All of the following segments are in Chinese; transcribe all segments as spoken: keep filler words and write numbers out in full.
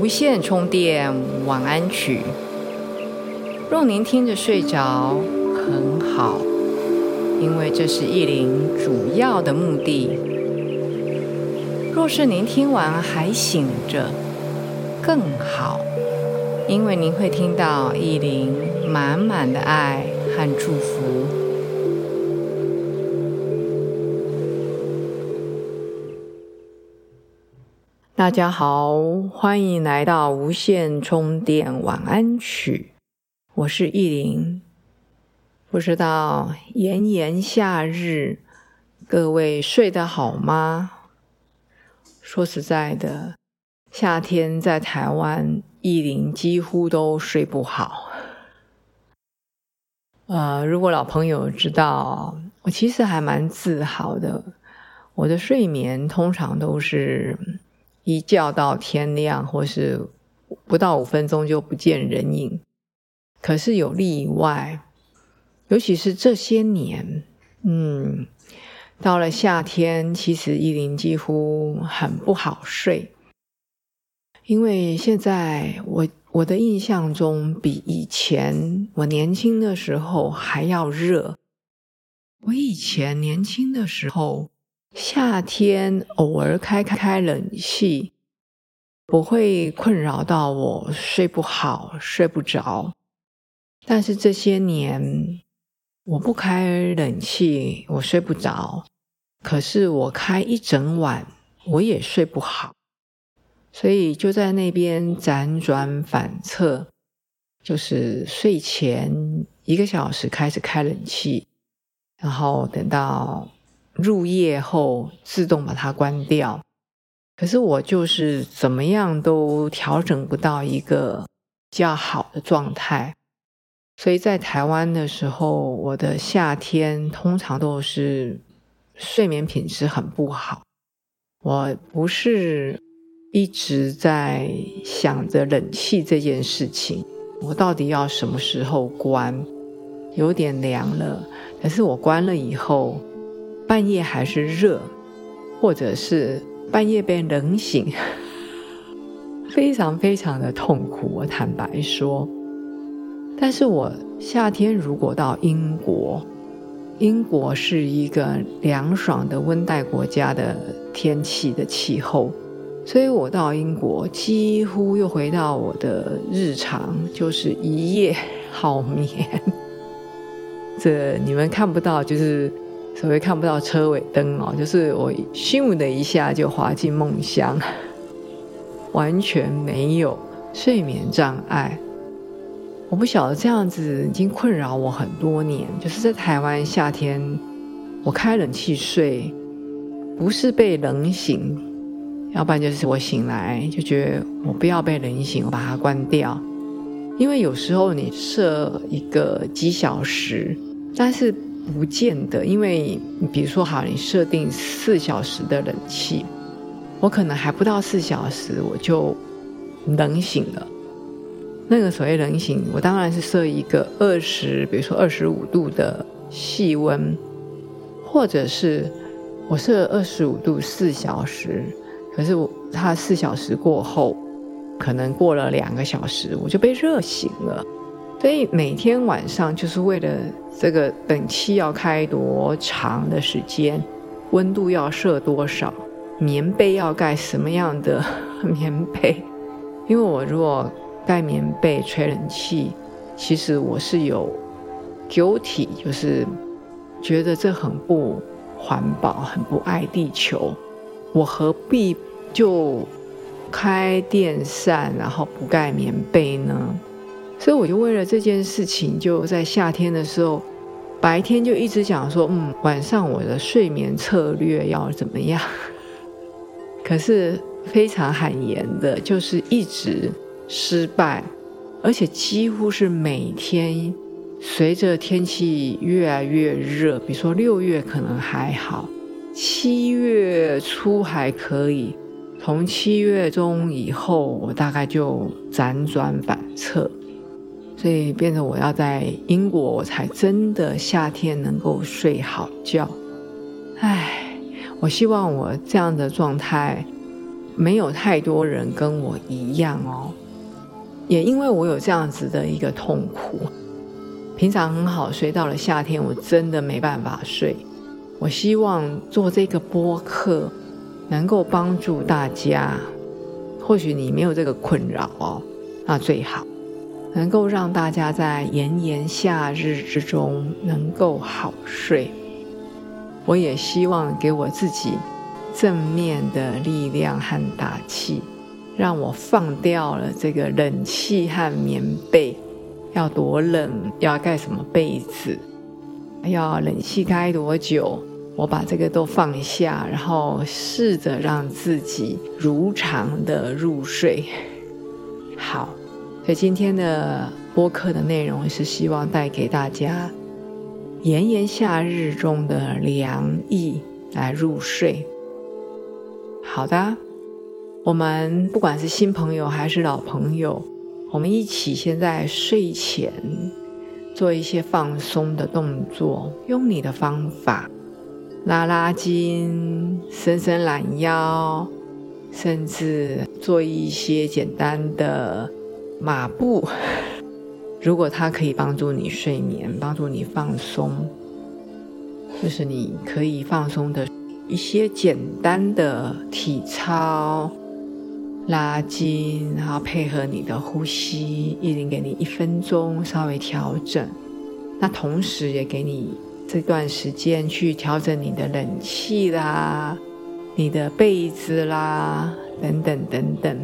无线充电晚安曲，若您听着睡着很好，因为这是意林主要的目的。若是您听完还醒着更好，因为您会听到意林满满的爱和祝福。大家好，欢迎来到无线充电晚安曲，我是意林。不知道炎炎夏日各位睡得好吗？说实在的，夏天在台湾意林几乎都睡不好。呃，如果老朋友知道，我其实还蛮自豪的。我的睡眠通常都是一觉到天亮，或是不到五分钟就不见人影。可是有例外，尤其是这些年，嗯，到了夏天，其实意林几乎很不好睡。因为现在我我的印象中，比以前我年轻的时候还要热。我以前年轻的时候，夏天偶尔开开冷气，不会困扰到我睡不好、睡不着。但是这些年，我不开冷气，我睡不着。可是我开一整晚，我也睡不好。所以就在那边辗转反侧，就是睡前一个小时开始开冷气，然后等到入夜后自动把它关掉。可是我就是怎么样都调整不到一个比较好的状态。所以在台湾的时候，我的夏天通常都是睡眠品质很不好。我不是一直在想着冷气这件事情，我到底要什么时候关？有点凉了，可是我关了以后，半夜还是热，或者是半夜被冷醒，非常非常的痛苦，我坦白说。但是我夏天如果到英国，英国是一个凉爽的温带国家的天气的气候，所以我到英国几乎又回到我的日常，就是一夜好眠。这你们看不到，就是所谓看不到车尾灯哦，就是我咻的一下就滑进梦乡，完全没有睡眠障碍。我不晓得这样子已经困扰我很多年，就是在台湾夏天我开冷气睡，不是被冷醒，要不然就是我醒来就觉得我不要被冷醒，我把它关掉。因为有时候你设一个几小时，但是不见得，因为你比如说好，你设定四小时的冷气，我可能还不到四小时我就冷醒了。那个所谓冷醒，我当然是设一个二十，比如说二十五度的细温，或者是我设二十五度四小时，可是我它四小时过后，可能过了两个小时，我就被热醒了。所以每天晚上就是为了这个冷气要开多长的时间，温度要设多少，棉被要盖什么样的棉被。因为我如果盖棉被吹冷气，其实我是有 guilty， 就是觉得这很不环保，很不爱地球。我何必就开电扇然后不盖棉被呢？所以我就为了这件事情，就在夏天的时候，白天就一直讲说，嗯，晚上我的睡眠策略要怎么样。可是非常罕言的，就是一直失败，而且几乎是每天，随着天气越来越热，比如说六月可能还好，七月初还可以，从七月中以后，我大概就辗转反侧，所以变成我要在英国，我才真的夏天能够睡好觉。唉，我希望我这样的状态没有太多人跟我一样哦，也因为我有这样子的一个痛苦，平常很好睡，到了夏天我真的没办法睡。我希望做这个播客能够帮助大家，或许你没有这个困扰哦，那最好能够让大家在炎炎夏日之中能够好睡。我也希望给我自己正面的力量和打气，让我放掉了这个冷气和棉被，要多冷，要盖什么被子，要冷气开多久，我把这个都放下，然后试着让自己如常的入睡。好，所以今天的播客的内容是希望带给大家炎炎夏日中的凉意来入睡。好的，我们不管是新朋友还是老朋友，我们一起先在睡前做一些放松的动作，用你的方法拉拉筋、伸伸懒腰，甚至做一些简单的马步。如果它可以帮助你睡眠，帮助你放松，就是你可以放松的一些简单的体操、拉筋，然后配合你的呼吸，一人给你一分钟稍微调整。那同时也给你这段时间去调整你的冷气啦、你的被子啦，等等等等。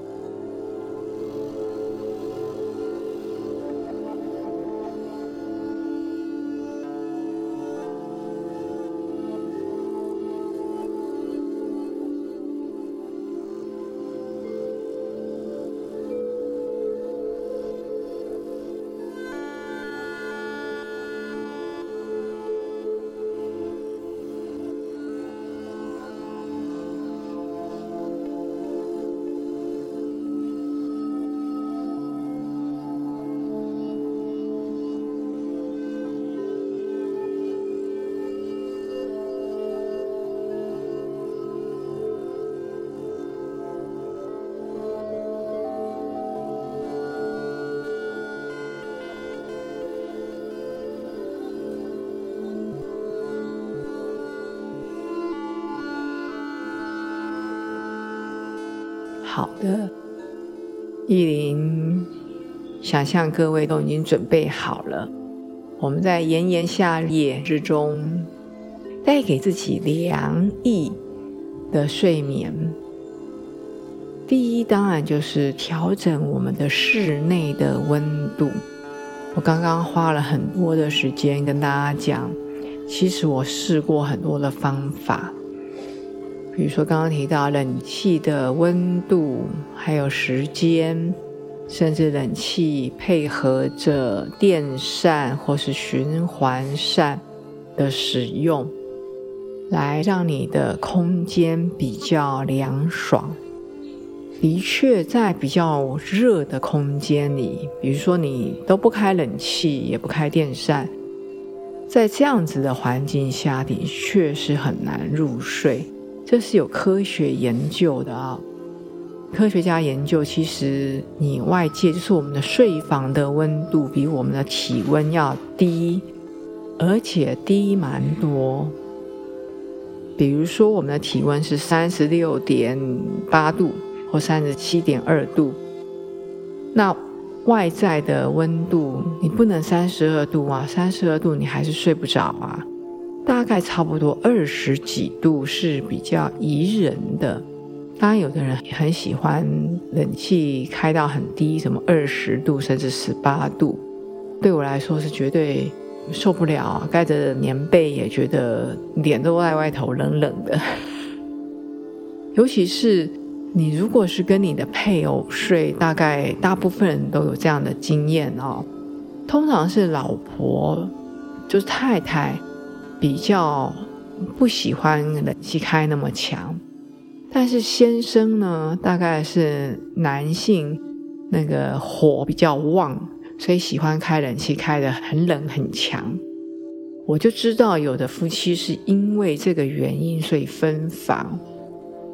好的，意林想象各位都已经准备好了，我们在炎炎夏夜之中带给自己凉意的睡眠。第一当然就是调整我们的室内的温度。我刚刚花了很多的时间跟大家讲，其实我试过很多的方法，比如说刚刚提到冷气的温度，还有时间，甚至冷气配合着电扇或是循环扇的使用，来让你的空间比较凉爽。的确在比较热的空间里，比如说你都不开冷气也不开电扇，在这样子的环境下的确是很难入睡，这是有科学研究的啊。科学家研究，其实你外界就是我们的睡房的温度比我们的体温要低，而且低蛮多。比如说我们的体温是 三十六点八度或 三十七点二度，那外在的温度你不能三十二度啊，三十二度你还是睡不着啊，大概差不多二十几度是比较宜人的。当然有的人很喜欢冷气开到很低，什么二十度甚至十八度，对我来说是绝对受不了，盖着棉被也觉得脸都在外头冷冷的。尤其是你如果是跟你的配偶睡，大概大部分人都有这样的经验哦。通常是老婆，就是太太比较不喜欢冷气开那么强，但是先生呢，大概是男性那个火比较旺，所以喜欢开冷气开得很冷很强。我就知道有的夫妻是因为这个原因所以分房，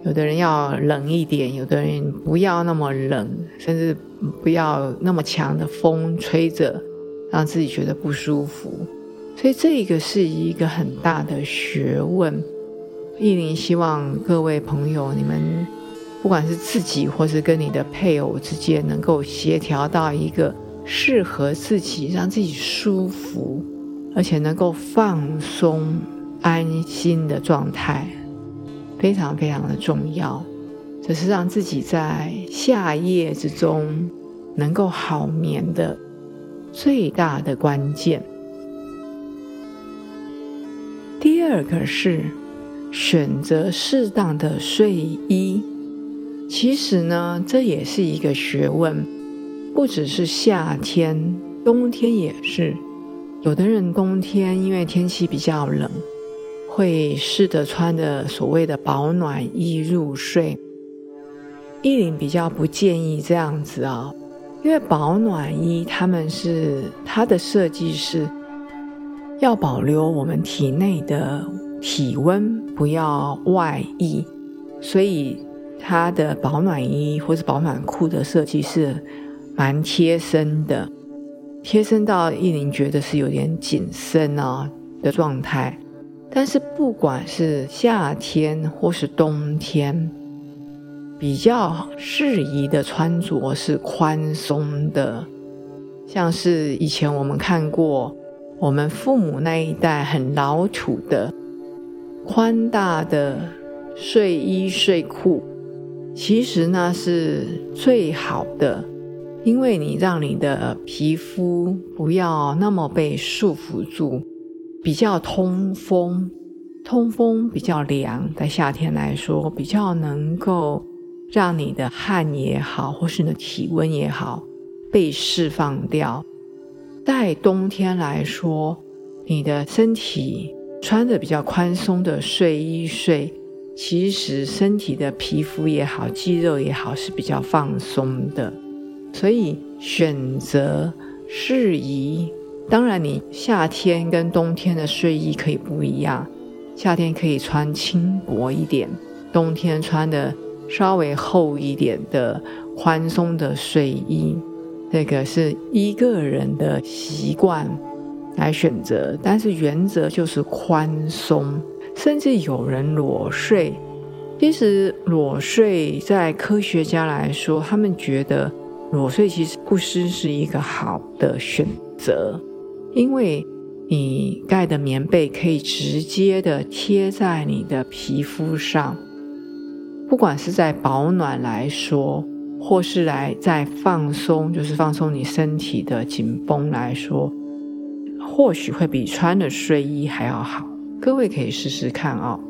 有的人要冷一点，有的人不要那么冷，甚至不要那么强的风吹着让自己觉得不舒服。所以这个是一个很大的学问。意林希望各位朋友，你们不管是自己或是跟你的配偶之间，能够协调到一个适合自己，让自己舒服而且能够放松安心的状态，非常非常的重要。这是让自己在夏夜之中能够好眠的最大的关键。第二个是选择适当的睡衣。其实呢，这也是一个学问，不只是夏天，冬天也是。有的人冬天因为天气比较冷，会试着穿着所谓的保暖衣入睡。意林比较不建议这样子啊、哦，因为保暖衣他们是它的设计是要保留我们体内的体温，不要外溢，所以它的保暖衣或是保暖裤的设计是蛮贴身的，贴身到意林觉得是有点紧身啊的状态。但是不管是夏天或是冬天，比较适宜的穿着是宽松的，像是以前我们看过我们父母那一代很老土的宽大的睡衣睡裤，其实那是最好的，因为你让你的皮肤不要那么被束缚住，比较通风，通风比较凉，在夏天来说比较能够让你的汗也好或是你的体温也好被释放掉。在冬天来说，你的身体穿着比较宽松的睡衣睡，其实身体的皮肤也好肌肉也好是比较放松的。所以选择适宜，当然你夏天跟冬天的睡衣可以不一样，夏天可以穿轻薄一点，冬天穿的稍微厚一点的宽松的睡衣，这个是依个人的习惯来选择，但是原则就是宽松。甚至有人裸睡，其实裸睡在科学家来说，他们觉得裸睡其实不失是一个好的选择，因为你盖的棉被可以直接的贴在你的皮肤上，不管是在保暖来说，或是来在放松，就是放松你身体的紧绷来说，或许会比穿的睡衣还要好。各位可以试试看哦。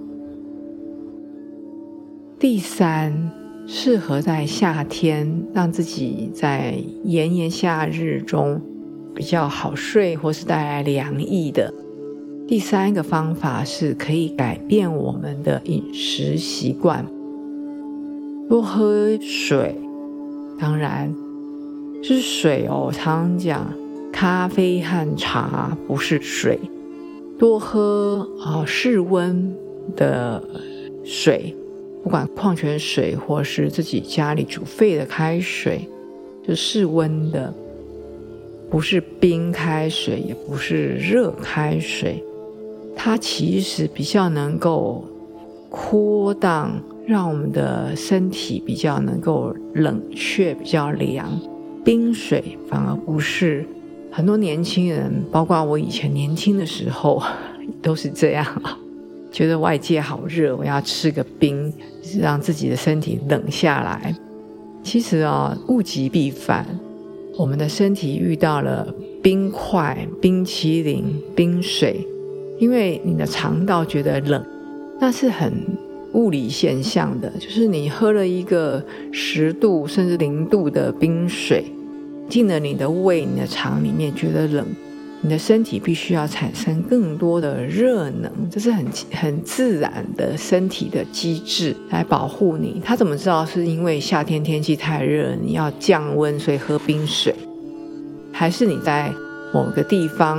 第三，适合在夏天让自己在炎炎夏日中比较好睡或是带来凉意的第三个方法是可以改变我们的饮食习惯，多喝水。当然是水哦，我常常讲咖啡和茶不是水，多喝、呃、室温的水，不管矿泉水或是自己家里煮沸的开水，就室温的，不是冰开水也不是热开水，它其实比较能够扩荡，让我们的身体比较能够冷却，比较凉。冰水反而不是，很多年轻人包括我以前年轻的时候都是这样，觉得外界好热，我要吃个冰让自己的身体冷下来。其实啊、哦，物极必反，我们的身体遇到了冰块、冰淇淋、冰水，因为你的肠道觉得冷，那是很物理现象的，就是你喝了一个十度甚至零度的冰水进了你的胃、你的肠里面，觉得冷，你的身体必须要产生更多的热能，这是很很自然的身体的机制来保护你。他怎么知道是因为夏天天气太热你要降温所以喝冰水，还是你在某个地方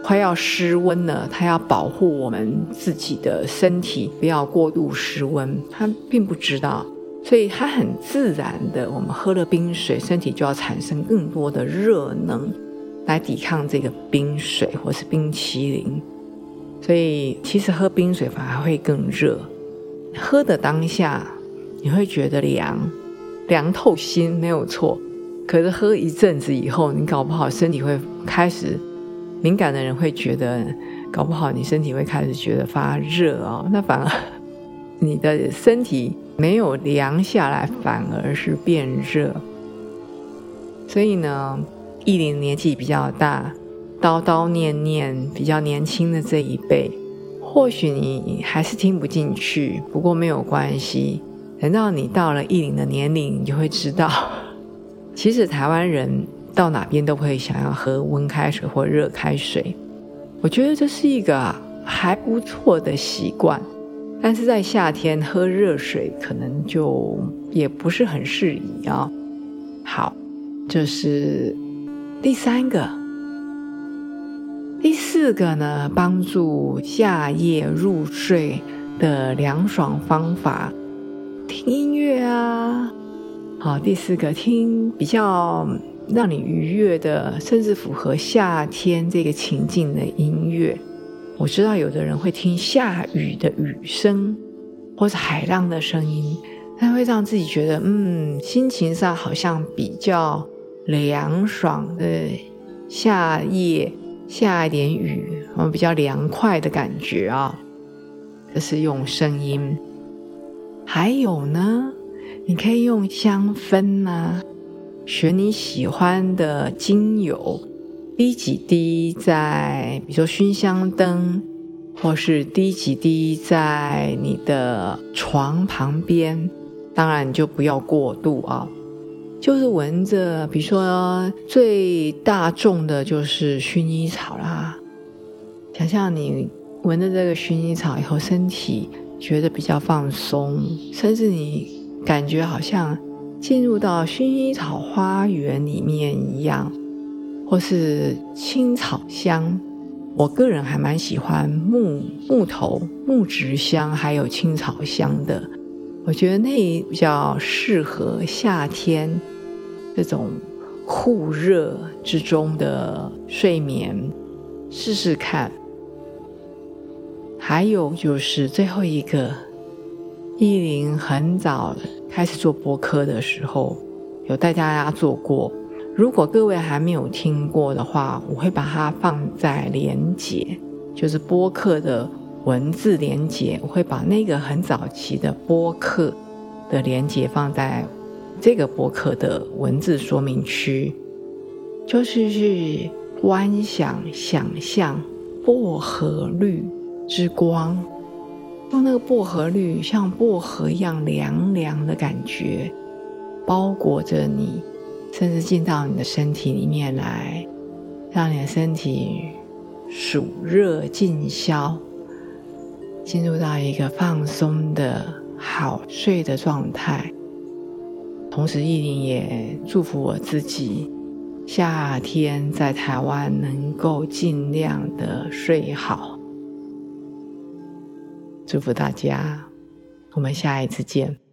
快要失温了，它要保护我们自己的身体不要过度失温，它并不知道，所以它很自然的，我们喝了冰水，身体就要产生更多的热能来抵抗这个冰水或是冰淇淋。所以其实喝冰水反而会更热，喝的当下你会觉得凉，凉透心没有错，可是喝一阵子以后，你搞不好身体会开始，敏感的人会觉得搞不好你身体会开始觉得发热哦，那反而你的身体没有凉下来，反而是变热。所以呢，艺林年纪比较大，叨叨念念比较年轻的这一辈，或许你还是听不进去，不过没有关系，等到你到了艺林的年龄，你就会知道其实台湾人到哪边都会想要喝温开水或热开水，我觉得这是一个还不错的习惯，但是在夏天喝热水可能就也不是很适宜啊、哦。好，这是第三个。第四个呢，帮助夏夜入睡的凉爽方法，听音乐啊。好，第四个，听比较让你愉悦的，甚至符合夏天这个情境的音乐。我知道有的人会听下雨的雨声，或是海浪的声音，那会让自己觉得嗯，心情上好像比较凉爽的夏夜下一点雨，比较凉快的感觉啊。这是用声音。还有呢，你可以用香氛啊，选你喜欢的精油，滴几滴在比如说熏香灯，或是滴几滴在你的床旁边，当然你就不要过度啊。就是闻着，比如说最大众的就是薰衣草啦，想象你闻着这个薰衣草以后，身体觉得比较放松，甚至你感觉好像进入到薰衣草花园里面一样，或是青草香。我个人还蛮喜欢木木头、木质香还有青草香的，我觉得那比较适合夏天这种酷热之中的睡眠，试试看。还有就是最后一个，艺林很早开始做播客的时候，有带大家做过。如果各位还没有听过的话，我会把它放在连结，就是播客的文字连结，我会把那个很早期的播客的连结放在这个播客的文字说明区，就是去观想想象薄荷绿之光，用那个薄荷绿像薄荷一样凉凉的感觉包裹着你，甚至进到你的身体里面来，让你的身体暑热尽消，进入到一个放松的好睡的状态。同时艺林也祝福我自己，夏天在台湾能够尽量的睡好。祝福大家，我们下一次见。